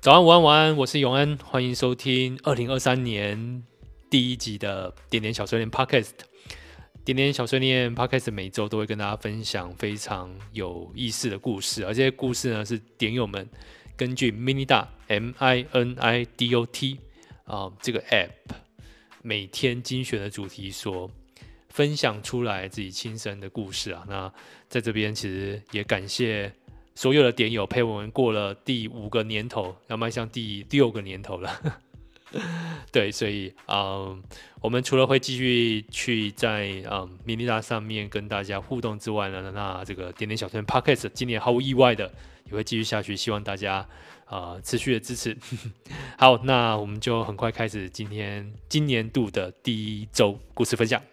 早安，午安，晚安，我是永恩，欢迎收听2023年第一集的点点小碎念 Podcast。点点小碎念 Podcast 每周都会跟大家分享非常有意思的故事，而这些故事呢是点友们根据 Minidot MINIDOT 这个 App 每天精选的主题所分享出来自己亲身的故事啊。那在这边其实也感谢所有的点友陪我们过了第5个年头，要迈向第6个年头了。对，所以我们除了会继续去在Minidot 上面跟大家互动之外呢，那这个点点小圈 Podcast 今年毫无意外的也会继续下去，希望大家持续的支持。好，那我们就很快开始今年度的第一周故事分享。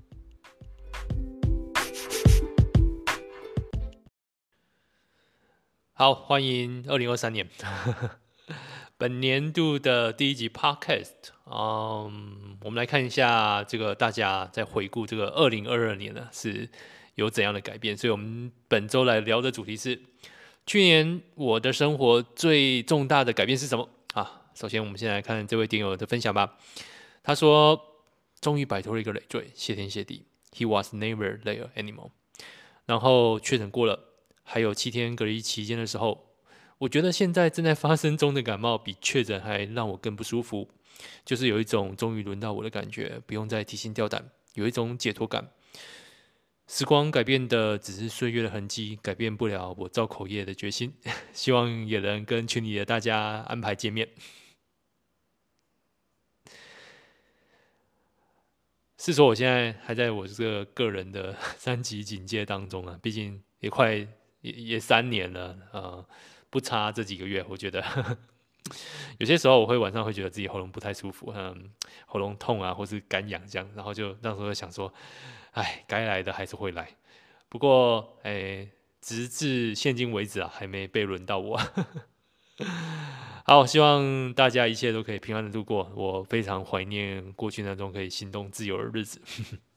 好，欢迎2023年本年度的第一集 Podcast。我们来看一下这个大家在回顾这个2022年呢是有怎样的改变。所以我们本周来聊的主题是去年我的生活最重大的改变是什么啊？首先我们先来看这位点友的分享吧。他说终于摆脱了一个累赘，谢天谢地 He was never there anymore。 然后确诊过了，还有7天隔离期间的时候，我觉得现在正在发生中的感冒比确诊还让我更不舒服，就是有一种终于轮到我的感觉，不用再提心吊胆，有一种解脱感。时光改变的只是岁月的痕迹，改变不了我造口业的决心。希望也能跟群里的大家安排见面。是说我现在还在我这个个人的3级警戒当中啊，毕竟也快也3年了，不差这几个月，我觉得有些时候我会晚上会觉得自己喉咙不太舒服，喉咙痛啊，或是干痒这样，然后就那时候想说，哎，该来的还是会来。不过，直至现今为止啊，还没被轮到我。好，希望大家一切都可以平安的度过。我非常怀念过去那种可以行动自由的日子。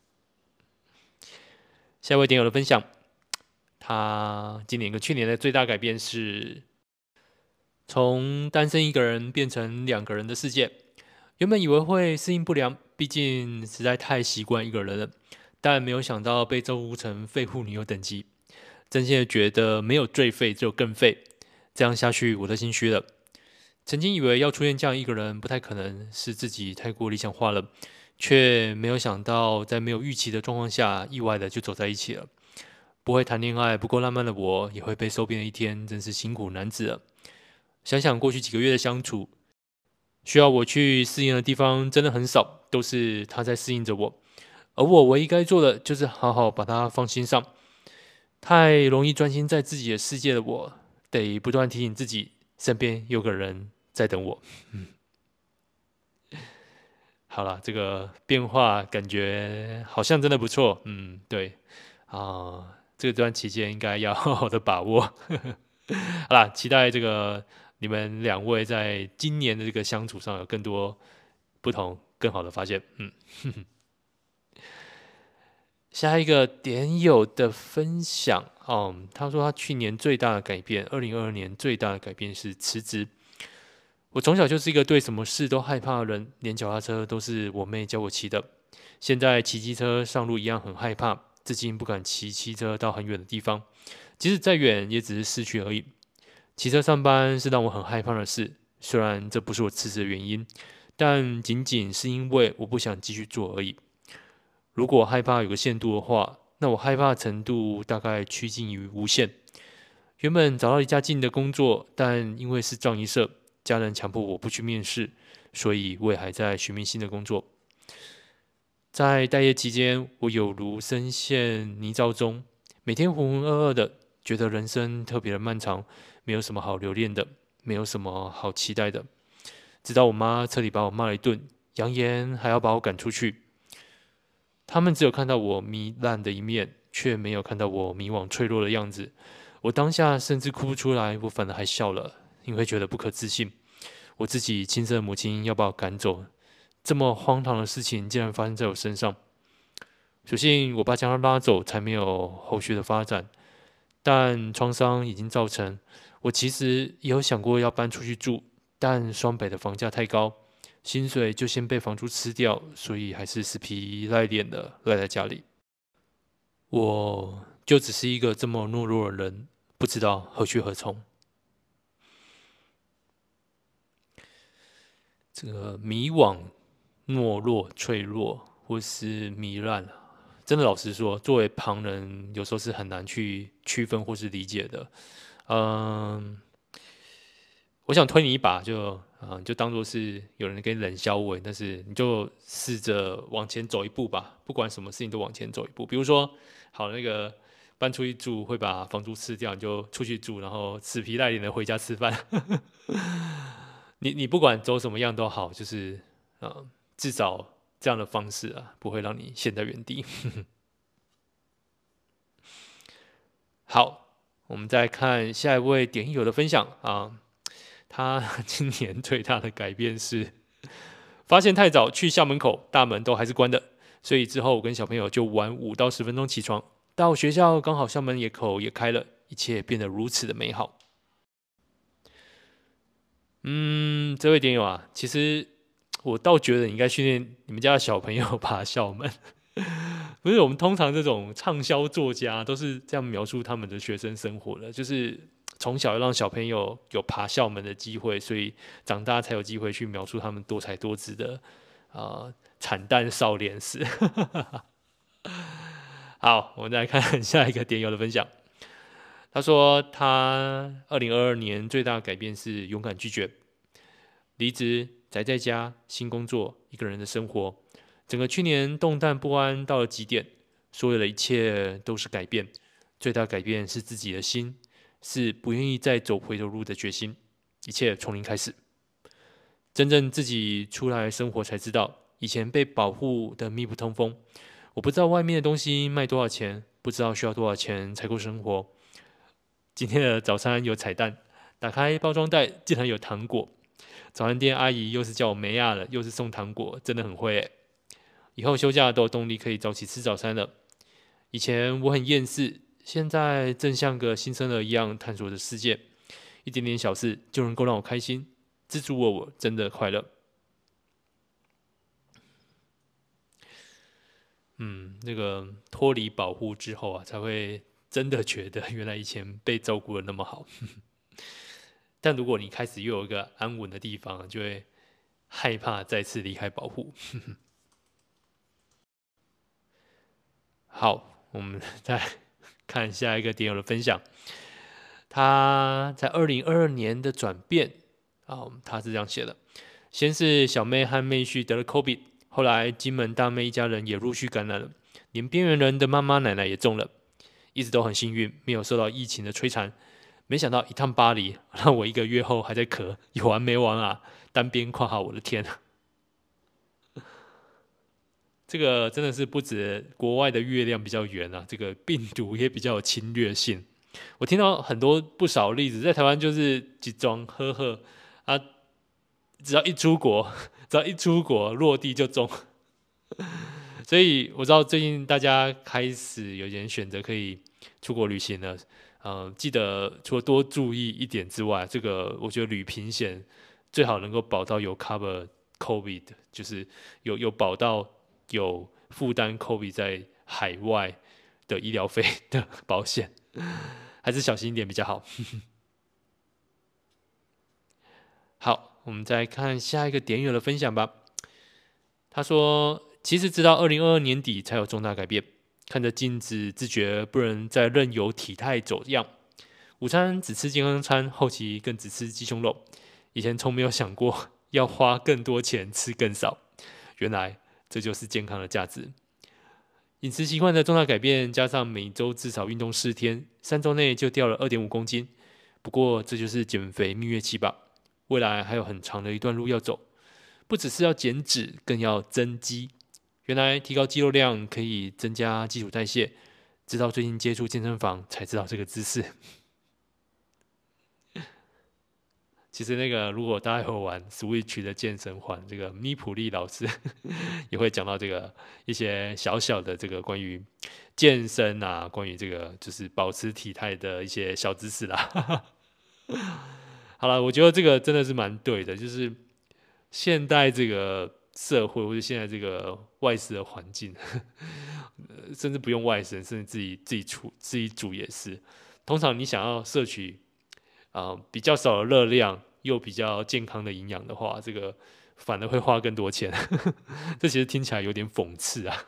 下一位点友的分享，他今年跟去年的最大改变是从单身一个人变成2个人的世界。原本以为会适应不良，毕竟实在太习惯一个人了，但没有想到被招呼成废物女友等级。真心的觉得没有最废，只有更废。这样下去，我都心虚了。曾经以为要出现这样一个人不太可能，是自己太过理想化了，却没有想到在没有预期的状况下，意外的就走在一起了。不会谈恋爱、不够浪漫的我，也会被收编的一天，真是辛苦男子了。想想过去几个月的相处，需要我去适应的地方真的很少，都是他在适应着我，而我唯一该做的就是好好把他放心上。太容易专心在自己的世界的我，得不断提醒自己，身边有个人在等我。好了，这个变化感觉好像真的不错。对这段期间应该要好好的把握。好啦，期待这个你们2位在今年的这个相处上有更多不同、更好的发现。下一个点友的分享，他说他去年最大的改变，2022年最大的改变是辞职。我从小就是一个对什么事都害怕的人，连脚踏车都是我妹教我骑的。现在骑机车上路一样很害怕，至今不敢骑机车到很远的地方，即使再远也只是市区而已。骑车上班是让我很害怕的事，虽然这不是我辞职的原因，但仅仅是因为我不想继续做而已。如果害怕有个限度的话，那我害怕的程度大概趋近于无限。原本找到一家近的工作，但因为是葬仪社，家人强迫我不去面试，所以我也还在寻觅新的工作。在待业期间，我有如深陷泥沼中，每天浑浑噩噩的，觉得人生特别的漫长，没有什么好留恋的，没有什么好期待的。直到我妈彻底把我骂了一顿，扬言还要把我赶出去。他们只有看到我糜烂的一面，却没有看到我迷惘脆弱的样子。我当下甚至哭不出来，我反而还笑了，因为觉得不可置信。我自己亲生的母亲要把我赶走，这么荒唐的事情竟然发生在我身上。所幸我爸将他拉走，才没有后续的发展。但创伤已经造成，我其实也有想过要搬出去住， 但双北的房价太高，薪水就先被房租吃掉，所以还是死皮赖脸的赖在家里。我就只是一个这么懦弱的人，不知道何去何从。这个迷惘、懦弱、脆弱，或是糜烂，真的老实说，作为旁人，有时候是很难去区分或是理解的。嗯，我想推你一把就当做是有人给你冷笑话，但是你就试着往前走一步吧，不管什么事情都往前走一步。比如说，好那个搬出去住会把房租吃掉，你就出去住，然后死皮赖脸的回家吃饭。你不管走什么样都好，就是至少这样的方式啊，不会让你陷在原地。好，我们再看下一位点友的分享啊。他今年最大的改变是，发现太早去校门口，大门都还是关的，所以之后我跟小朋友就晚5到10分钟起床，到学校刚好校门口也开了，一切变得如此的美好。这位点友啊，其实我倒觉得你应该训练你们家的小朋友爬校门。不是，我们通常这种畅销作家都是这样描述他们的学生生活的，就是从小要让小朋友有爬校门的机会，所以长大才有机会去描述他们多才多姿的惨淡少年史。好，我们再看下一个点友的分享。他说，他2022年最大的改变是勇敢拒绝，离职，宅在家，新工作，一个人的生活。整个去年动荡不安到了极点，所有的一切都是改变。最大改变是自己的心，是不愿意再走回头路的决心。一切从零开始，真正自己出来生活才知道，以前被保护的密不通风。我不知道外面的东西卖多少钱，不知道需要多少钱才够生活。今天的早餐有彩蛋，打开包装袋竟然有糖果。早餐店阿姨又是叫我梅亚了，又是送糖果，真的很会耶。以后休假都有动力可以早起吃早餐了。以前我很厌世，现在正像个新生儿一样探索着世界，一点点小事就能够让我开心，知足我真的快乐。那个脱离保护之后啊，才会真的觉得原来以前被照顾的那么好。但如果你开始又有一个安稳的地方，就会害怕再次离开保护。好，我们再看下一个点友的分享。他在2022年的转变他是这样写的：先是小妹和妹婿得了 COVID， 后来金门大妹一家人也陆续感染了，连边缘人的妈妈奶奶也中了。一直都很幸运，没有受到疫情的摧残。没想到一趟巴黎，让我1个月后还在咳，有完没完啊？单边括号，我的天！这个真的是不止国外的月亮比较圆啊，这个病毒也比较有侵略性。我听到不少例子，在台湾就是集中呵呵啊，只要一出国落地就中。所以我知道最近大家开始有点选择可以出国旅行了。记得除了多注意一点之外，这个我觉得旅平险最好能够保到有 cover COVID， 就是有保到有负担 COVID 在海外的医疗费的保险，还是小心一点比较好。好，我们再看下一个点友的分享吧。他说，其实直到2022年底才有重大改变。看着镜子，自觉不能再任由体态走样。午餐只吃健康餐，后期更只吃鸡胸肉。以前从没有想过要花更多钱吃更少，原来这就是健康的价值。饮食习惯的重大改变，加上每周至少运动4天，3周内就掉了2.5公斤。不过这就是减肥蜜月期吧，未来还有很长的一段路要走，不只是要减脂，更要增肌。原来提高肌肉量可以增加基础代谢，直到最近接触健身房才知道这个知识。其实那个如果大家有玩 Switch 的健身环，这个咪普利老师也会讲到这个一些小小的这个关于健身啊，关于这个就是保持体态的一些小知识啦。 好了，我觉得这个真的是蛮对的，就是现代这个社会或者现在这个外食的环境，甚至不用外食，甚至自己煮也是。通常你想要摄取比较少的热量又比较健康的营养的话，这个反而会花更多钱。这其实听起来有点讽刺啊。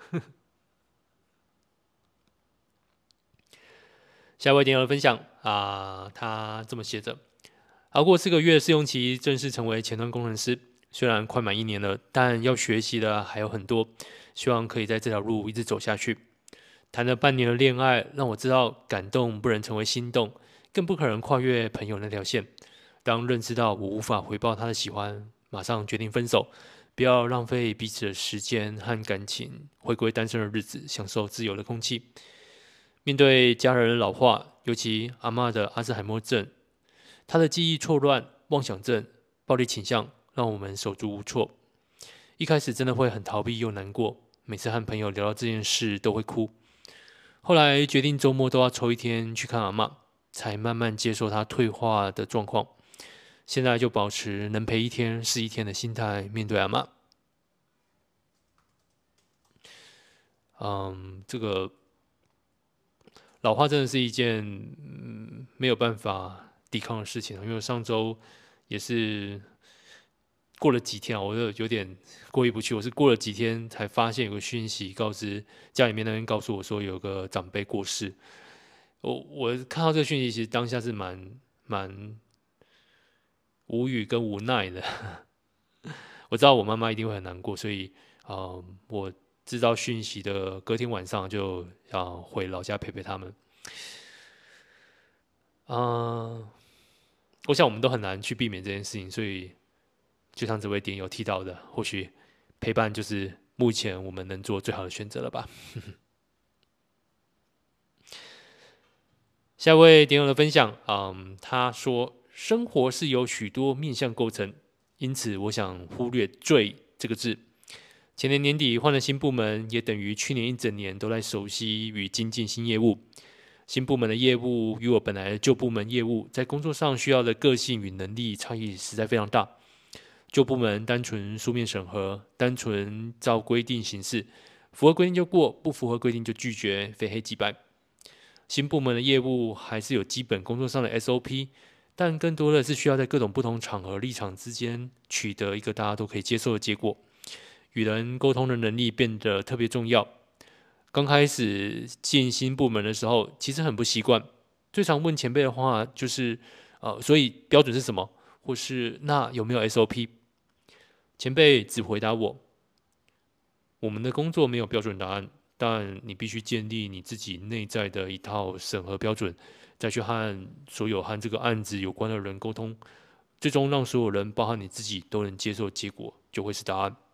下一位点友的分享他这么写着：熬过4个月试用期，正式成为前端工程师。虽然快满1年了，但要学习的还有很多，希望可以在这条路一直走下去。谈了半年的恋爱，让我知道感动不能成为心动，更不可能跨越朋友那条线。当认识到我无法回报他的喜欢，马上决定分手，不要浪费彼此的时间和感情，回归单身的日子，享受自由的空气。面对家人的老化，尤其阿嬷的阿兹海默症，她的记忆错乱、妄想症、暴力倾向，让我们手足无措。一开始真的会很逃避又难过，每次和朋友聊到这件事都会哭。后来决定周末都要抽一天去看阿嬷，才慢慢接受她退化的状况。现在就保持能陪一天是一天的心态面对阿嬷。这个老化真的是一件没有办法抵抗的事情，因为上周也是过了几天我就有点过意不去。我是过了几天才发现有个讯息告知家里面那边告诉我说有个长辈过世。我看到这个讯息，其实当下是蛮无语跟无奈的。我知道我妈妈一定会很难过，所以我知道讯息的隔天晚上就要回老家陪陪他们。我想我们都很难去避免这件事情，所以就像这位点友提到的，或许陪伴就是目前我们能做最好的选择了吧。下一位点友的分享，他说生活是由许多面向构成，因此我想忽略"最"这个字。前年年底换了新部门，也等于去年一整年都在熟悉与精进新业务。新部门的业务与我本来的旧部门业务在工作上需要的个性与能力差异实在非常大。旧部门单纯书面审核，单纯照规定行事，符合规定就过，不符合规定就拒绝，非黑即白。新部门的业务还是有基本工作上的 SOP， 但更多的是需要在各种不同场合立场之间取得一个大家都可以接受的结果。与人沟通的能力变得特别重要。刚开始进新部门的时候，其实很不习惯。最常问前辈的话就是，所以标准是什么？或是那有没有 SOP？ 前辈只回答我们的工作没有标准答案，但你必须建立你自己内在的一套审核标准，再去和所有和这个案子有关的人沟通，最终让所有人，包含你自己，都能接受结果，就会是答案。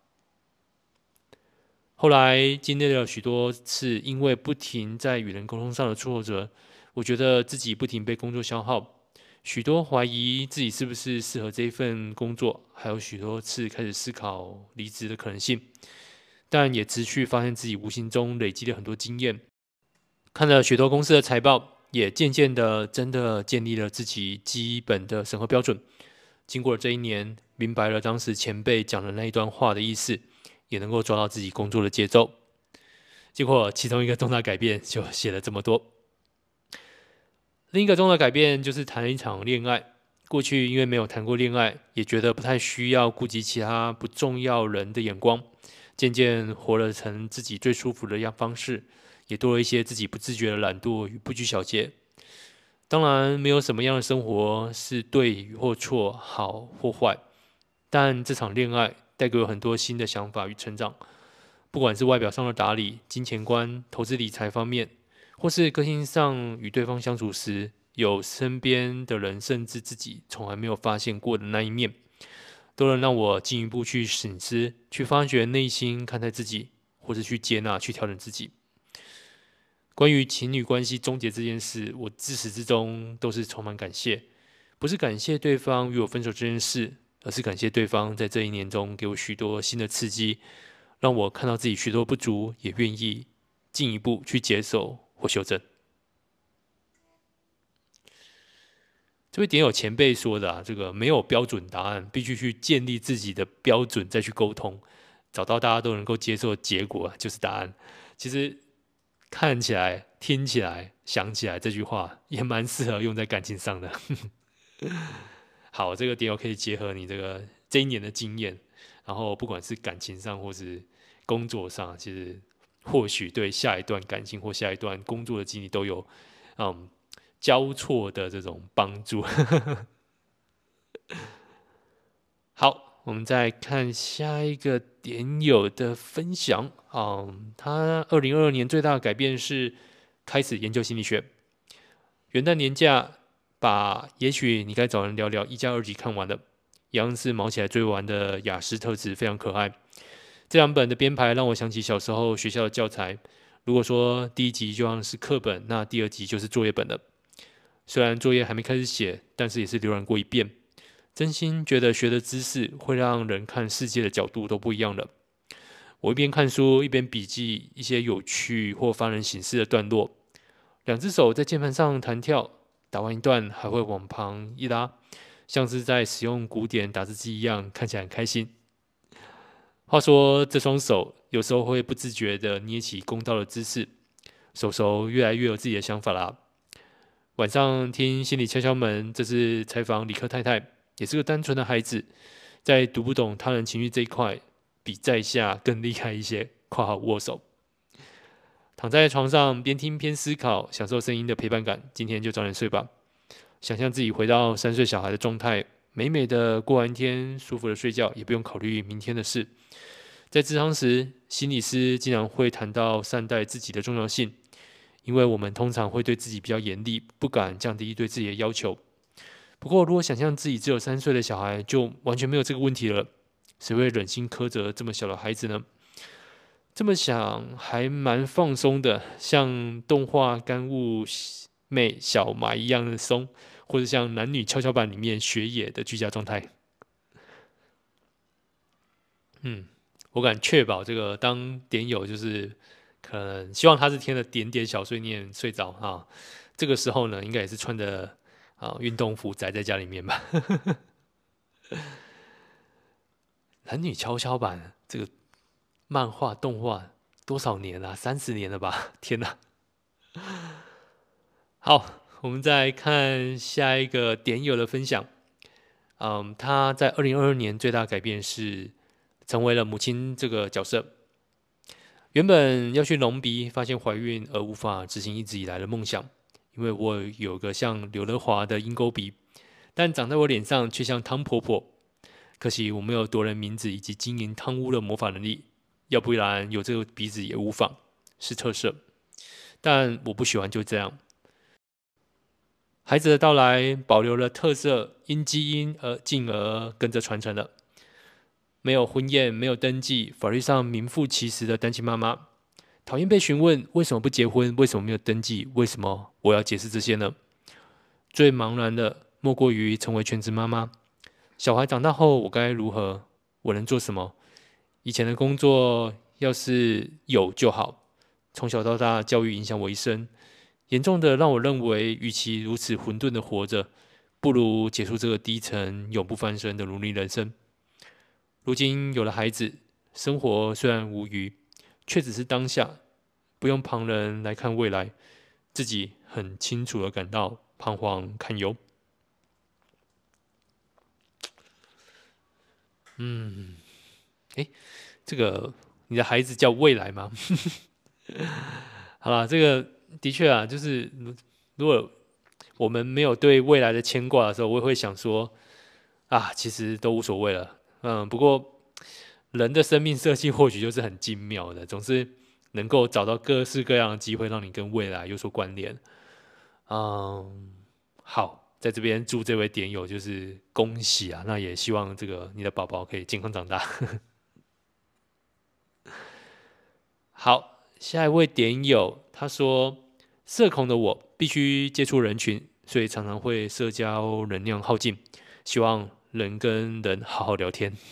后来经历了许多次因为不停在与人沟通上的挫折，我觉得自己不停被工作消耗，许多怀疑自己是不是适合这一份工作，还有许多次开始思考离职的可能性，但也持续发现自己无形中累积了很多经验，看了许多公司的财报，也渐渐的真的建立了自己基本的审核标准。经过了这一年，明白了当时前辈讲的那一段话的意思，也能够抓到自己工作的节奏。结果其中一个重大改变就写了这么多。另一个重大改变就是谈了一场恋爱。过去因为没有谈过恋爱，也觉得不太需要顾及其他不重要人的眼光，渐渐活了成自己最舒服的方式，也多了一些自己不自觉的懒惰与不拘小节。当然，没有什么样的生活是对或错、好或坏，但这场恋爱带给我很多新的想法与成长。不管是外表上的打理、金钱观、投资理财方面，或是个性上与对方相处时，有身边的人甚至自己从来没有发现过的那一面，都能让我进一步去省思、去发掘内心看待自己，或是去接纳、去调整自己。关于情侣关系终结这件事，我自始至终都是充满感谢，不是感谢对方与我分手这件事，而是感谢对方在这一年中给我许多新的刺激，让我看到自己许多不足，也愿意进一步去接受或修正。 这位点友前辈说的这个没有标准答案，必须去建立自己的标准，再去沟通，找到大家都能够接受的结果就是答案。其实看起来、听起来、想起来，这句话也蛮适合用在感情上的。好，这个点友可以结合你这一年的经验，然后不管是感情上或是工作上，其实或许对下一段感情或下一段工作的经历都有交错的这种帮助。好，我们再看下一个点友的分享。他2022年最大的改变是开始研究心理学。元旦年假把也许你该找人聊聊1+2集看完了，一样是毛起来追完的雅斯特质，非常可爱。这两本的编排让我想起小时候学校的教材。如果说第一集就像是课本，那第二集就是作业本了。虽然作业还没开始写，但是也是浏览过一遍。真心觉得学的知识会让人看世界的角度都不一样了。我一边看书一边笔记一些有趣或发人省思的段落，两只手在键盘上弹跳，打完一段还会往旁一拉，像是在使用古典打字机一样，看起来很开心。话说这双手有时候会不自觉地捏起弓道的姿势，手越来越有自己的想法啦。晚上听心理敲敲门，这次采访理科太太，也是个单纯的孩子，在读不懂他人情绪这一块，比在下更厉害一些。括号握手，躺在床上边听边思考，享受声音的陪伴感。今天就早点睡吧，想象自己回到3岁小孩的状态，美美的过完一天，舒服的睡觉，也不用考虑明天的事。在咨商时，心理师经常会谈到善待自己的重要性，因为我们通常会对自己比较严厉，不敢降低对自己的要求。不过，如果想象自己只有3岁的小孩，就完全没有这个问题了。谁会忍心苛责这么小的孩子呢？这么想还蛮放松的，像动画干物妹小埋一样的松，或者像男女跷跷板里面学野的居家状态。我敢确保这个当点友就是可能希望他是添了点点小碎念睡着啊。这个时候呢，应该也是穿着运动服宅在家里面吧。男女跷跷板这个漫画动画多少年了？30年了吧？天哪！好，我们再看下一个点友的分享。他在2022年最大的改变是成为了母亲这个角色。原本要去隆鼻，发现怀孕而无法执行一直以来的梦想，因为我有个像刘德华的鹰钩鼻，但长在我脸上却像汤婆婆。可惜我没有夺人名字以及经营汤屋的魔法能力，要不然有这个鼻子也无妨，是特色。但我不喜欢就这样。孩子的到来保留了特色，因基因进而跟着传承了。没有婚宴，没有登记，法律上名副其实的单亲妈妈。讨厌被询问为什么不结婚，为什么没有登记，为什么我要解释这些呢？最茫然的莫过于成为全职妈妈。小孩长大后，我该如何？我能做什么？以前的工作要是有就好。从小到大，教育影响我一生，严重的让我认为，与其如此混沌的活着，不如结束这个低沉、永不翻身的奴隶人生。如今有了孩子，生活虽然无余，却只是当下，不用旁人来看未来，自己很清楚的感到彷徨堪忧。这个你的孩子叫未来吗？好啦，这个的确啊，就是如果我们没有对未来的牵挂的时候，我也会想说其实都无所谓了。不过人的生命设计或许就是很精妙的，总是能够找到各式各样的机会，让你跟未来有所关联。好，在这边祝这位点友就是恭喜啊！那也希望这个你的宝宝可以健康长大。好，下一位点友他说，社恐的我必须接触人群，所以常常会社交能量耗尽，希望人跟人好好聊天。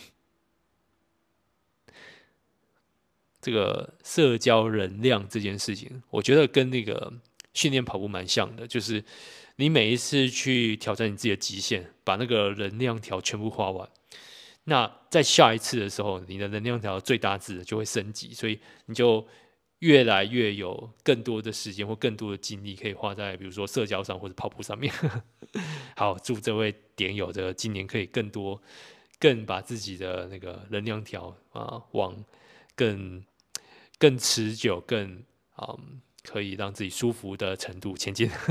这个社交能量这件事情，我觉得跟那个训练跑步蛮像的，就是你每一次去挑战你自己的极限，把那个能量条全部花完，那在下一次的时候，你的能量条最大值就会升级，所以你就越来越有更多的时间或更多的精力可以花在比如说社交上或者跑步上面。好，祝这位点友的今年可以更把自己的那个能量条往更持久、可以让自己舒服的程度前进。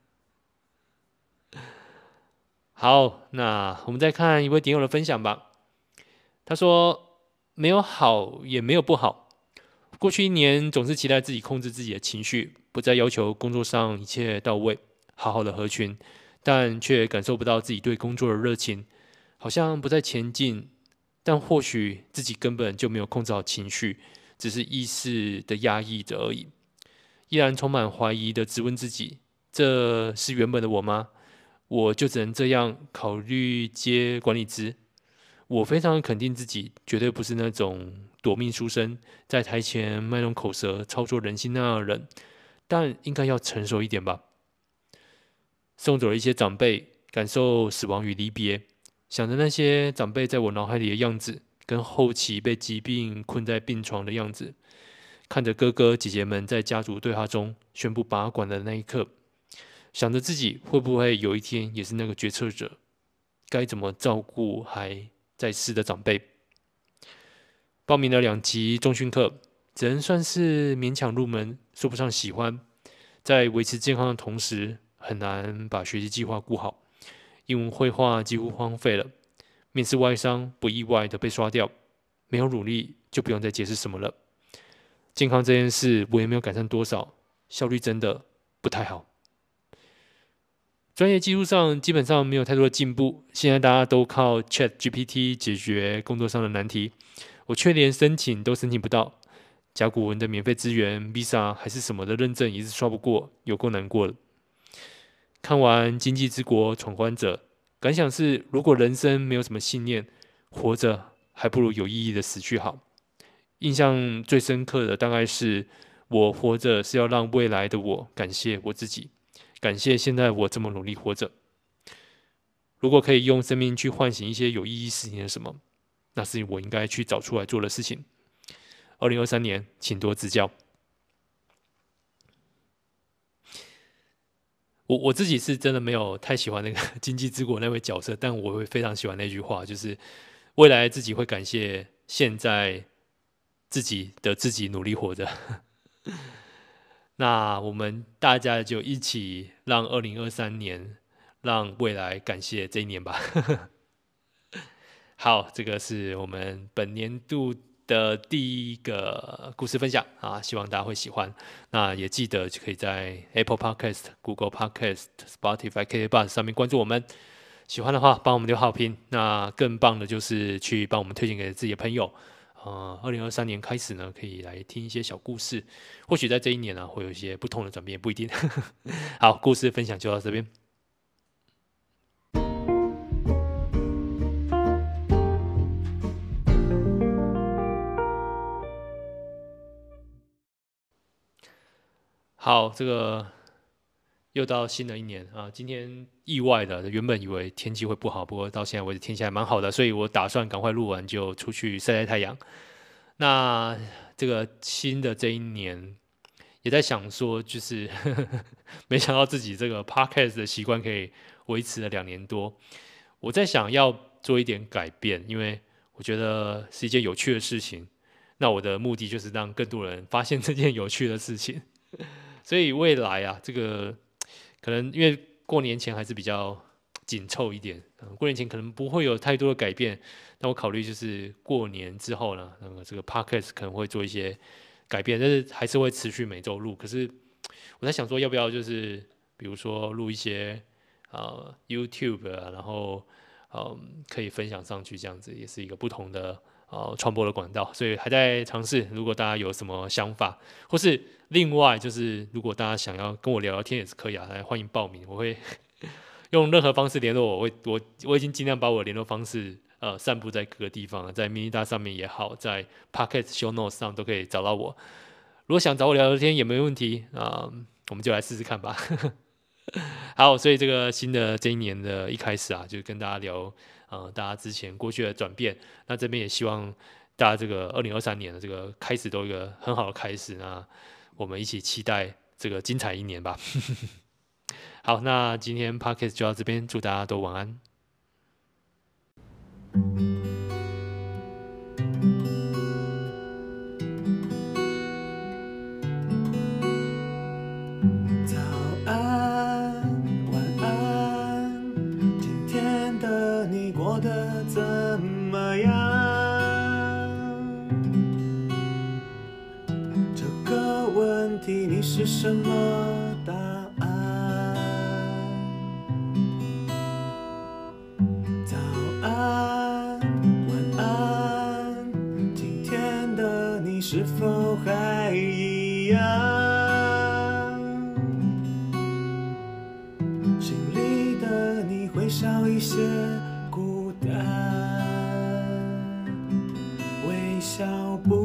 好，那我们再看一位点友的分享吧。他说：没有好，也没有不好。过去一年总是期待自己控制自己的情绪，不再要求工作上一切到位，好好的合群，但却感受不到自己对工作的热情，好像不再前进。但或许自己根本就没有控制好情绪，只是意识的压抑着而已。依然充满怀疑的质问自己：这是原本的我吗？我就只能这样考虑接管理职？我非常肯定自己，绝对不是那种夺命书生，在台前卖弄口舌、操作人心那样的人，但应该要成熟一点吧。送走了一些长辈，感受死亡与离别，想着那些长辈在我脑海里的样子，跟后期被疾病困在病床的样子，看着哥哥姐姐们在家族对话中宣布拔管的那一刻，想着自己会不会有一天也是那个决策者，该怎么照顾还在世的长辈。报名了2级重训课，只能算是勉强入门，说不上喜欢。在维持健康的同时，很难把学习计划顾好。英文绘画几乎荒废了，面试外商不意外的被刷掉，没有努力就不用再解释什么了。健康这件事我也没有改善多少，效率真的不太好。专业技术上基本上没有太多的进步，现在大家都靠 ChatGPT 解决工作上的难题，我却连申请都申请不到。甲骨文的免费资源 Visa 还是什么的认证也是刷不过，有够难过了。看完《经济之国闯关者》，感想是：如果人生没有什么信念，活着还不如有意义的死去好。印象最深刻的大概是，我活着是要让未来的我感谢我自己，感谢现在我这么努力活着。如果可以用生命去唤醒一些有意义事情的什么，那是我应该去找出来做的事情。2023年，请多指教。我自己是真的没有太喜欢那个经济之国那位角色，但我会非常喜欢那句话，就是未来自己会感谢现在自己努力活着。那我们大家就一起让2023年，让未来感谢这一年吧。好，这个是我们本年度的第一个故事分享啊，希望大家会喜欢。那也记得就可以在 Apple Podcast、Google Podcast、Spotify、KKBOX 上面关注我们。喜欢的话，帮我们留好评。那更棒的就是去帮我们推荐给自己的朋友。2023年开始呢，可以来听一些小故事，或许在这一年呢，会有一些不同的转变，不一定。好，故事分享就到这边。好，这个又到新的一年啊！今天意外的，原本以为天气会不好，不过到现在为止天气还蛮好的，所以我打算赶快录完就出去晒晒太阳。那这个新的这一年，也在想说，就是没想到自己这个 podcast 的习惯可以维持了2年多。我在想要做一点改变，因为我觉得是一件有趣的事情。那我的目的就是让更多人发现这件有趣的事情。所以未来啊，这个可能因为过年前还是比较紧凑一点，过年前可能不会有太多的改变。那我考虑就是过年之后呢，这个 podcast 可能会做一些改变，但是还是会持续每周录。可是我在想说，要不要就是比如说录一些YouTube 啊，然后可以分享上去，这样子也是一个不同的传播的管道，所以还在尝试。如果大家有什么想法，或是另外就是如果大家想要跟我聊聊天也是可以啊，来欢迎报名，我会用任何方式联络我。我已经尽量把我的联络方式散布在各个地方了，在 Minida 上面也好，在 Podcast Show Notes 上都可以找到我。如果想找我聊聊天也没问题啊，我们就来试试看吧。 好，所以这个新的这一年的一开始啊，就跟大家聊大家之前过去的转变。那这边也希望大家这个2023年的这个开始都有一个很好的开始。那我们一起期待这个精彩一年吧。好，那今天 Podcast 就到这边，祝大家都晚安。 早安，晚安，今天的你过得怎么样？这个问题你是什么答案？早安，晚安，今天的你是否还一样？心里的你会少一些孤单，微笑不